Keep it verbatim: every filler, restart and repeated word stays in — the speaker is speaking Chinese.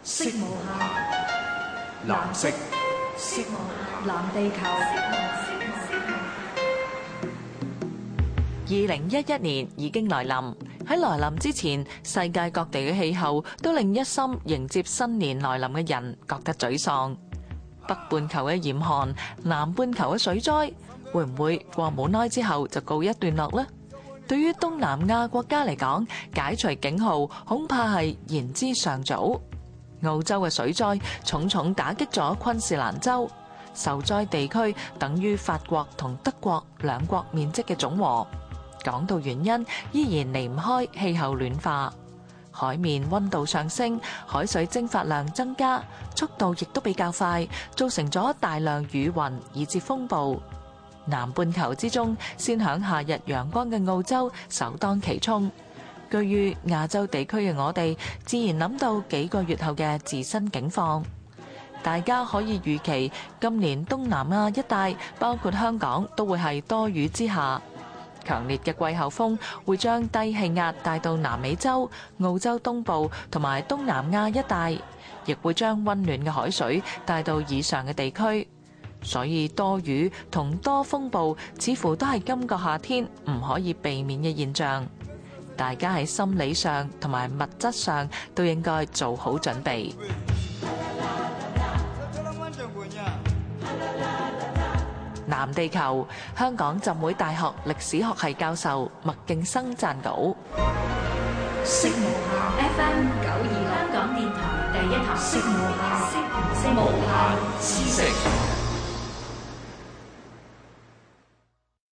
色無限，藍色，色無限，藍地球。 二零一一年已經來臨，喺來臨之前，世界各地嘅氣候都令一心迎接新年來臨嘅人覺得沮喪。北半球嘅嚴寒，南半球嘅水災，會唔會過冇耐之後就告一段落呢？對於東南亞國家嚟講，解除警號恐怕係言之尚早。澳洲嘅水災重重打擊咗昆士蘭州，受災地區等於法國同德國兩國面積嘅總和。講到原因，依然離唔開氣候暖化，海面溫度上升，海水蒸發量增加，速度亦都比較快，造成咗大量雨雲以至風暴。南半球之中，先享夏日陽光嘅澳洲首當其衝。居於亞洲地區嘅我哋，自然諗到幾個月後嘅自身境況。大家可以預期，今年東南亞一帶，包括香港，都會係多雨之下。強烈嘅季候風會將低氣壓帶到南美洲、澳洲東部同埋東南亞一帶，亦會將溫暖嘅海水帶到以上嘅地區。所以多雨同多風暴似乎都係今個夏天唔可以避免嘅現象。大家喺心理上同埋物質上都應該做好準備。藍地球，香港浸會大學歷史學系教授麥勁生撰稿。 色無限 F M 九二六香港電台第一台，色無限，色無限知識。